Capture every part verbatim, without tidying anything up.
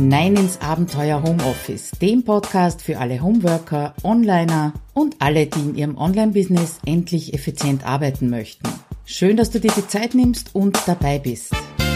hinein ins Abenteuer Homeoffice, dem Podcast für alle Homeworker, Onliner und alle, die in ihrem Online-Business endlich effizient arbeiten möchten. Schön, dass du dir die Zeit nimmst und dabei bist.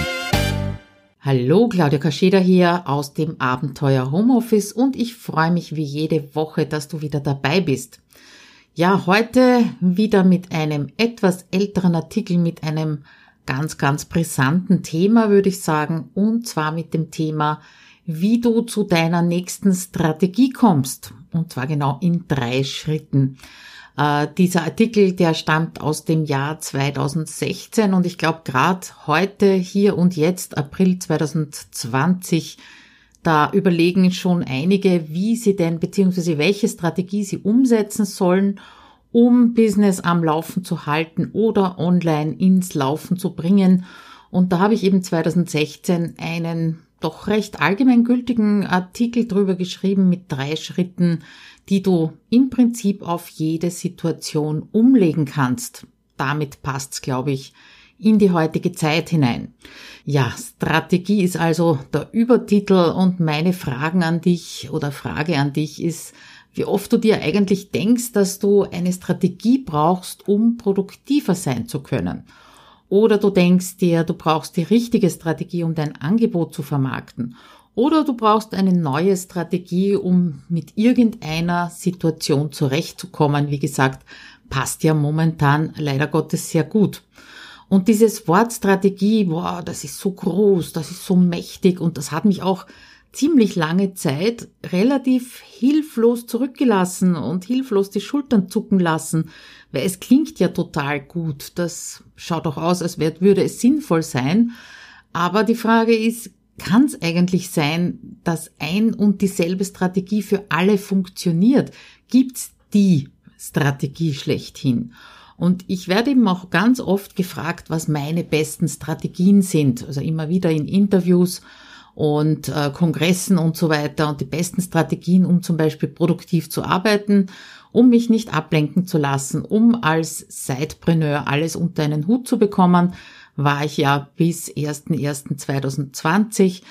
Hallo, Claudia Kascheda hier aus dem Abenteuer Homeoffice und ich freue mich wie jede Woche, dass du wieder dabei bist. Ja, heute wieder mit einem etwas älteren Artikel, mit einem ganz, ganz brisanten Thema, würde ich sagen, und zwar mit dem Thema, wie du zu deiner nächsten Strategie kommst, und zwar genau in drei Schritten. Äh, dieser Artikel, der stammt aus dem Jahr zweitausendsechzehn und ich glaube gerade heute, hier und jetzt, April zweitausendzwanzig, da überlegen schon einige, wie sie denn, beziehungsweise welche Strategie sie umsetzen sollen, um Business am Laufen zu halten oder online ins Laufen zu bringen. Und da habe ich eben zweitausendsechzehn einen doch recht allgemeingültigen Artikel drüber geschrieben mit drei Schritten, die du im Prinzip auf jede Situation umlegen kannst. Damit passt's, glaube ich, in die heutige Zeit hinein. Ja, Strategie ist also der Übertitel und meine Fragen an dich oder Frage an dich ist, wie oft du dir eigentlich denkst, dass du eine Strategie brauchst, um produktiver sein zu können. Oder du denkst dir, du brauchst die richtige Strategie, um dein Angebot zu vermarkten. Oder du brauchst eine neue Strategie, um mit irgendeiner Situation zurechtzukommen. Wie gesagt, passt ja momentan leider Gottes sehr gut. Und dieses Wort Strategie, boah, das ist so groß, das ist so mächtig und das hat mich auch ziemlich lange Zeit relativ hilflos zurückgelassen und hilflos die Schultern zucken lassen, weil es klingt ja total gut. Das schaut auch aus, als würde es sinnvoll sein. Aber die Frage ist, kann es eigentlich sein, dass ein und dieselbe Strategie für alle funktioniert? Gibt's die Strategie schlechthin? Und ich werde eben auch ganz oft gefragt, was meine besten Strategien sind. Also immer wieder in Interviews und äh, Kongressen und so weiter und die besten Strategien, um zum Beispiel produktiv zu arbeiten, um mich nicht ablenken zu lassen, um als Sidepreneur alles unter einen Hut zu bekommen, war ich ja bis erster erster zweitausendzwanzig.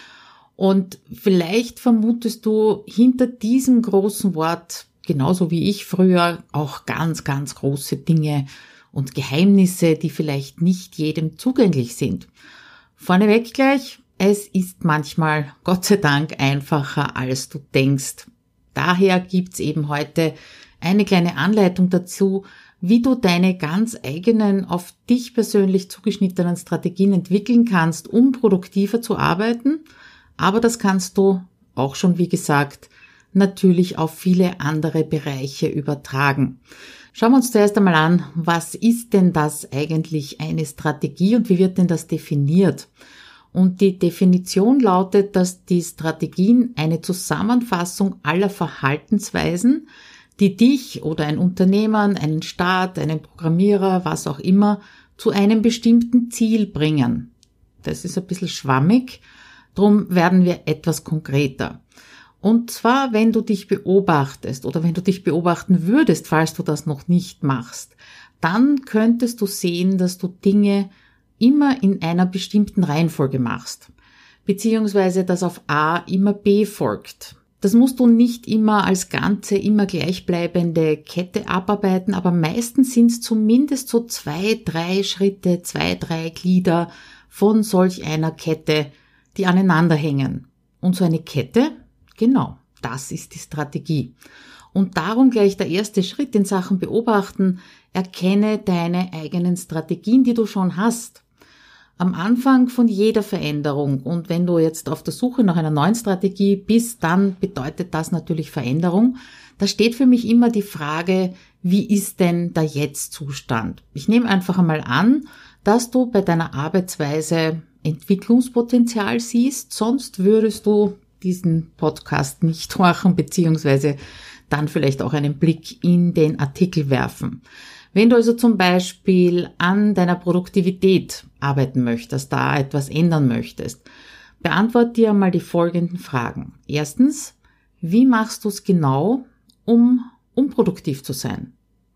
Und vielleicht vermutest du hinter diesem großen Wort, genauso wie ich früher, auch ganz, ganz große Dinge und Geheimnisse, die vielleicht nicht jedem zugänglich sind. Vorneweg gleich, es ist manchmal, Gott sei Dank, einfacher, als du denkst. Daher gibt's eben heute eine kleine Anleitung dazu, wie du deine ganz eigenen, auf dich persönlich zugeschnittenen Strategien entwickeln kannst, um produktiver zu arbeiten. Aber das kannst du auch schon, wie gesagt, natürlich auf viele andere Bereiche übertragen. Schauen wir uns zuerst einmal an, was ist denn das eigentlich eine Strategie und wie wird denn das definiert? Und die Definition lautet, dass die Strategien eine Zusammenfassung aller Verhaltensweisen, die dich oder ein Unternehmen, einen Staat, einen Programmierer, was auch immer, zu einem bestimmten Ziel bringen. Das ist ein bisschen schwammig, drum werden wir etwas konkreter. Und zwar, wenn du dich beobachtest oder wenn du dich beobachten würdest, falls du das noch nicht machst, dann könntest du sehen, dass du Dinge immer in einer bestimmten Reihenfolge machst, beziehungsweise dass auf A immer B folgt. Das musst du nicht immer als ganze, immer gleichbleibende Kette abarbeiten, aber meistens sind es zumindest so zwei, drei Schritte, zwei, drei Glieder von solch einer Kette, die aneinander hängen. Und so eine Kette, genau, das ist die Strategie. Und darum gleich der erste Schritt in Sachen Beobachten, erkenne deine eigenen Strategien, die du schon hast. Am Anfang von jeder Veränderung und wenn du jetzt auf der Suche nach einer neuen Strategie bist, dann bedeutet das natürlich Veränderung. Da steht für mich immer die Frage, wie ist denn der Jetzt-Zustand? Ich nehme einfach einmal an, dass du bei deiner Arbeitsweise Entwicklungspotenzial siehst, sonst würdest du diesen Podcast nicht hören, beziehungsweise dann vielleicht auch einen Blick in den Artikel werfen. Wenn du also zum Beispiel an deiner Produktivität arbeiten möchtest, da etwas ändern möchtest, beantworte dir einmal die folgenden Fragen. Erstens, wie machst du es genau, um unproduktiv zu sein?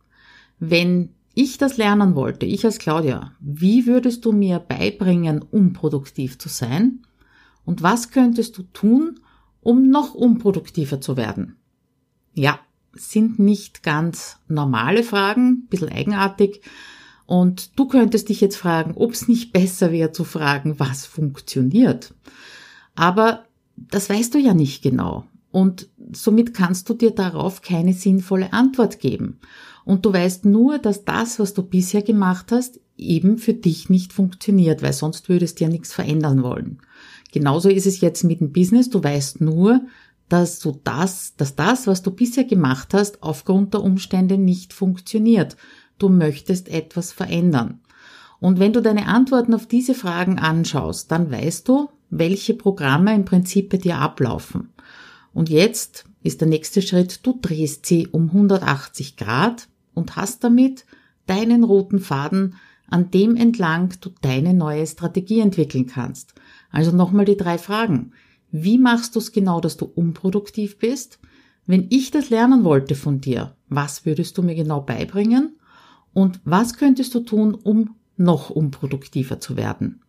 Wenn ich das lernen wollte, ich als Claudia, wie würdest du mir beibringen, um produktiv zu sein? Und was könntest du tun, um noch unproduktiver zu werden? Ja, sind nicht ganz normale Fragen, ein bisschen eigenartig. Und du könntest dich jetzt fragen, ob es nicht besser wäre zu fragen, was funktioniert. Aber das weißt du ja nicht genau. Und somit kannst du dir darauf keine sinnvolle Antwort geben. Und du weißt nur, dass das, was du bisher gemacht hast, eben für dich nicht funktioniert, weil sonst würdest du ja nichts verändern wollen. Genauso ist es jetzt mit dem Business. Du weißt nur, dass du das, dass das, was du bisher gemacht hast, aufgrund der Umstände nicht funktioniert. Du möchtest etwas verändern. Und wenn du deine Antworten auf diese Fragen anschaust, dann weißt du, welche Programme im Prinzip bei dir ablaufen. Und jetzt ist der nächste Schritt, du drehst sie um hundertachtzig Grad und hast damit deinen roten Faden, an dem entlang du deine neue Strategie entwickeln kannst. Also nochmal die drei Fragen. Wie machst du es genau, dass du unproduktiv bist? Wenn ich das lernen wollte von dir, was würdest du mir genau beibringen? Und was könntest du tun, um noch unproduktiver zu werden?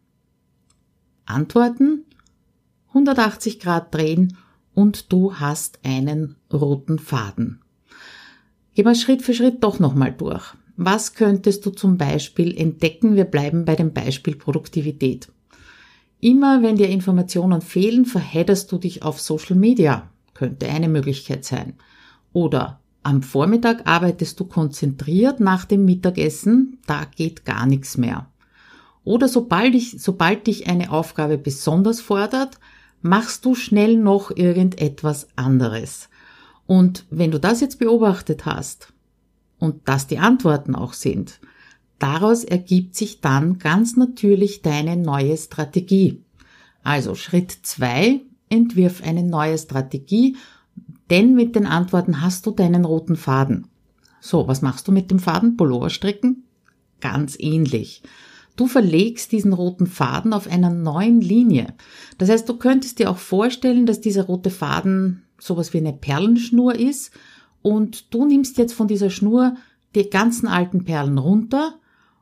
Antworten, hundertachtzig Grad drehen und du hast einen roten Faden. Gehen wir Schritt für Schritt doch nochmal durch. Was könntest du zum Beispiel entdecken? Wir bleiben bei dem Beispiel Produktivität. Immer wenn dir Informationen fehlen, verhedderst du dich auf Social Media. Könnte eine Möglichkeit sein. Oder am Vormittag arbeitest du konzentriert nach dem Mittagessen, da geht gar nichts mehr. Oder sobald, ich, sobald dich eine Aufgabe besonders fordert, machst du schnell noch irgendetwas anderes. Und wenn du das jetzt beobachtet hast und das die Antworten auch sind, daraus ergibt sich dann ganz natürlich deine neue Strategie. Also Schritt zwei, entwirf eine neue Strategie, denn mit den Antworten hast du deinen roten Faden. So, was machst du mit dem Faden? Pullover stricken? Ganz ähnlich. Du verlegst diesen roten Faden auf einer neuen Linie. Das heißt, du könntest dir auch vorstellen, dass dieser rote Faden sowas wie eine Perlenschnur ist und du nimmst jetzt von dieser Schnur die ganzen alten Perlen runter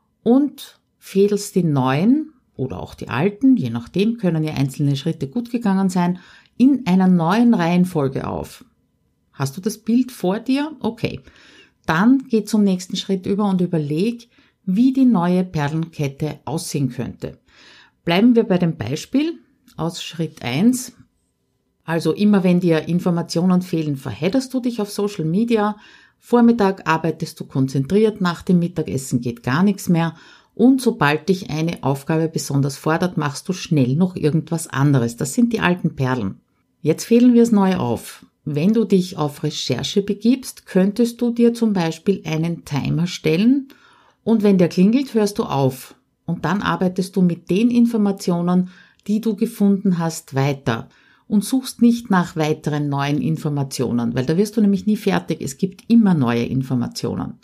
und fädelst die neuen oder auch die alten, je nachdem können ja einzelne Schritte gut gegangen sein, in einer neuen Reihenfolge auf. Hast du das Bild vor dir? Okay. Dann geh zum nächsten Schritt über und überleg, wie die neue Perlenkette aussehen könnte. Bleiben wir bei dem Beispiel aus Schritt eins. Also immer wenn dir Informationen fehlen, verhedderst du dich auf Social Media. Vormittag arbeitest du konzentriert, nach dem Mittagessen geht gar nichts mehr. Und sobald dich eine Aufgabe besonders fordert, machst du schnell noch irgendwas anderes. Das sind die alten Perlen. Jetzt fädeln wir es neu auf. Wenn du dich auf Recherche begibst, könntest du dir zum Beispiel einen Timer stellen und wenn der klingelt, hörst du auf. Und dann arbeitest du mit den Informationen, die du gefunden hast, weiter. Und suchst nicht nach weiteren neuen Informationen, weil da wirst du nämlich nie fertig. Es gibt immer neue Informationen.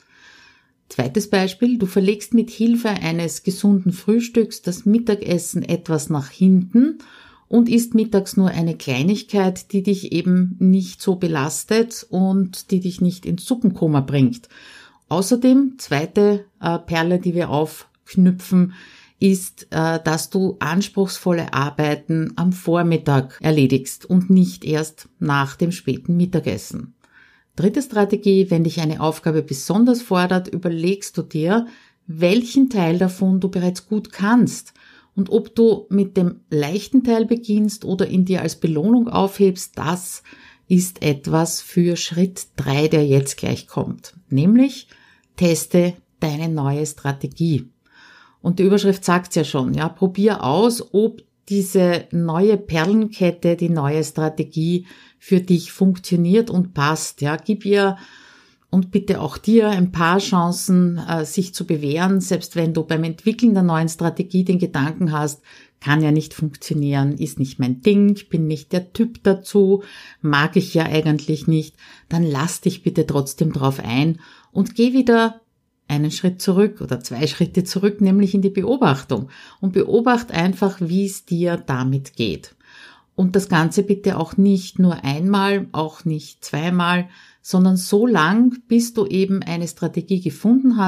Zweites Beispiel, du verlegst mit Hilfe eines gesunden Frühstücks das Mittagessen etwas nach hinten und isst mittags nur eine Kleinigkeit, die dich eben nicht so belastet und die dich nicht ins Suppenkoma bringt. Außerdem, zweite äh, Perle, die wir aufknüpfen, ist, äh, dass du anspruchsvolle Arbeiten am Vormittag erledigst und nicht erst nach dem späten Mittagessen. Dritte Strategie, wenn dich eine Aufgabe besonders fordert, überlegst du dir, welchen Teil davon du bereits gut kannst und ob du mit dem leichten Teil beginnst oder ihn dir als Belohnung aufhebst, das ist etwas für Schritt drei, der jetzt gleich kommt. Nämlich, teste deine neue Strategie. Und die Überschrift sagt's ja schon, ja, probier aus, ob diese neue Perlenkette, die neue Strategie für dich funktioniert und passt. Ja, gib ihr und bitte auch dir ein paar Chancen, äh, sich zu bewähren, selbst wenn du beim Entwickeln der neuen Strategie den Gedanken hast, kann ja nicht funktionieren, ist nicht mein Ding, bin nicht der Typ dazu, mag ich ja eigentlich nicht, dann lass dich bitte trotzdem drauf ein und geh wieder einen Schritt zurück oder zwei Schritte zurück, nämlich in die Beobachtung und beobacht einfach, wie es dir damit geht. Und das Ganze bitte auch nicht nur einmal, auch nicht zweimal, sondern so lang, bis du eben eine Strategie gefunden hast,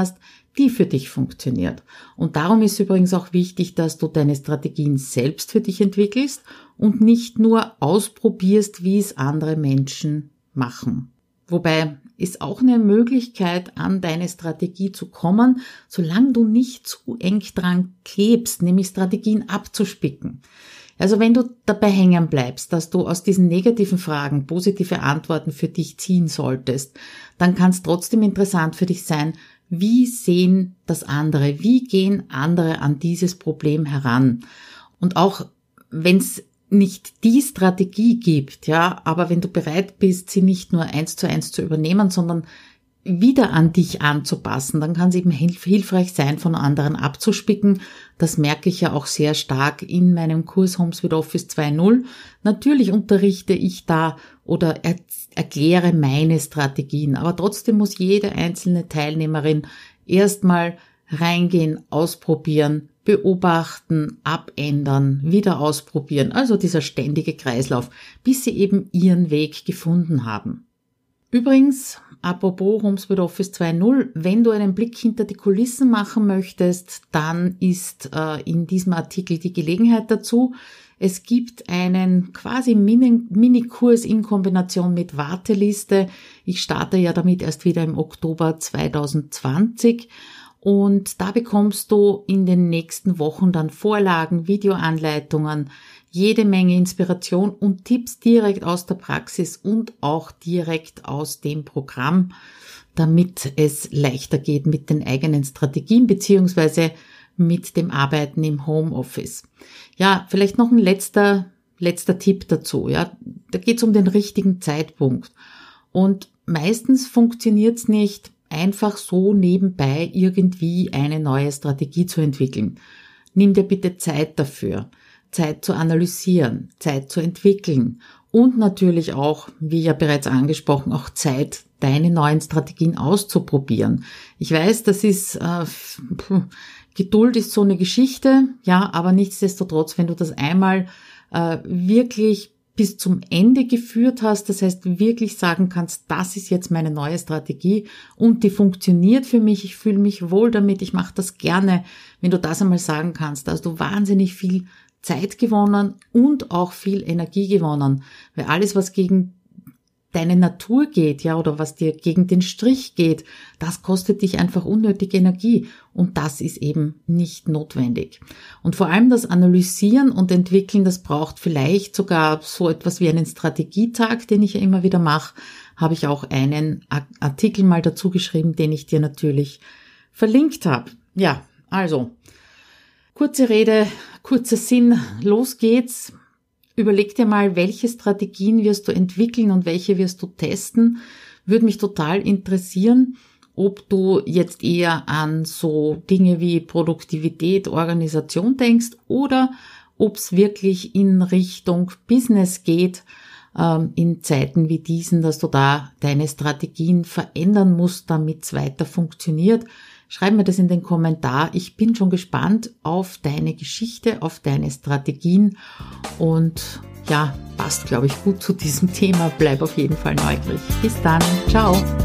die für dich funktioniert. Und darum ist übrigens auch wichtig, dass du deine Strategien selbst für dich entwickelst und nicht nur ausprobierst, wie es andere Menschen machen. Wobei ist auch eine Möglichkeit, an deine Strategie zu kommen, solange du nicht zu eng dran klebst, nämlich Strategien abzuspicken. Also wenn du dabei hängen bleibst, dass du aus diesen negativen Fragen positive Antworten für dich ziehen solltest, dann kann es trotzdem interessant für dich sein, wie sehen das andere, wie gehen andere an dieses Problem heran. Und auch wenn es nicht die Strategie gibt, ja, aber wenn du bereit bist, sie nicht nur eins zu eins zu übernehmen, sondern wieder an dich anzupassen, dann kann es eben hilf- hilfreich sein, von anderen abzuspicken. Das merke ich ja auch sehr stark in meinem Kurs Homes with Office zwei Punkt null. Natürlich unterrichte ich da oder er- erkläre meine Strategien, aber trotzdem muss jede einzelne Teilnehmerin erstmal reingehen, ausprobieren, beobachten, abändern, wieder ausprobieren. Also dieser ständige Kreislauf, bis sie eben ihren Weg gefunden haben. Übrigens, apropos Homes with Office zwei Punkt null, wenn du einen Blick hinter die Kulissen machen möchtest, dann ist äh, in diesem Artikel die Gelegenheit dazu. Es gibt einen quasi Mini- Minikurs in Kombination mit Warteliste. Ich starte ja damit erst wieder im Oktober zwanzig zwanzig. Und da bekommst du in den nächsten Wochen dann Vorlagen, Videoanleitungen, jede Menge Inspiration und Tipps direkt aus der Praxis und auch direkt aus dem Programm, damit es leichter geht mit den eigenen Strategien beziehungsweise mit dem Arbeiten im Homeoffice. Ja, vielleicht noch ein letzter, letzter Tipp dazu. Ja, da geht es um den richtigen Zeitpunkt. Und meistens funktioniert es nicht, einfach so nebenbei irgendwie eine neue Strategie zu entwickeln. Nimm dir bitte Zeit dafür, Zeit zu analysieren, Zeit zu entwickeln und natürlich auch, wie ja bereits angesprochen, auch Zeit, deine neuen Strategien auszuprobieren. Ich weiß, das ist, äh, Geduld ist so eine Geschichte, ja, aber nichtsdestotrotz, wenn du das einmal äh, wirklich bis zum Ende geführt hast, das heißt wirklich sagen kannst, das ist jetzt meine neue Strategie und die funktioniert für mich, ich fühle mich wohl damit, ich mache das gerne, wenn du das einmal sagen kannst, da hast du wahnsinnig viel Zeit gewonnen und auch viel Energie gewonnen, weil alles, was gegen deine Natur geht, ja, oder was dir gegen den Strich geht, das kostet dich einfach unnötige Energie und das ist eben nicht notwendig. Und vor allem das Analysieren und Entwickeln, das braucht vielleicht sogar so etwas wie einen Strategietag, den ich ja immer wieder mache, habe ich auch einen Artikel mal dazu geschrieben, den ich dir natürlich verlinkt habe. Ja, also, kurze Rede, kurzer Sinn, los geht's. Überleg dir mal, welche Strategien wirst du entwickeln und welche wirst du testen. Würde mich total interessieren, ob du jetzt eher an so Dinge wie Produktivität, Organisation denkst oder ob es wirklich in Richtung Business geht, ähm, in Zeiten wie diesen, dass du da deine Strategien verändern musst, damit es weiter funktioniert. Schreib mir das in den Kommentar. Ich bin schon gespannt auf deine Geschichte, auf deine Strategien und ja, passt, glaube ich, gut zu diesem Thema. Bleib auf jeden Fall neugierig. Bis dann. Ciao.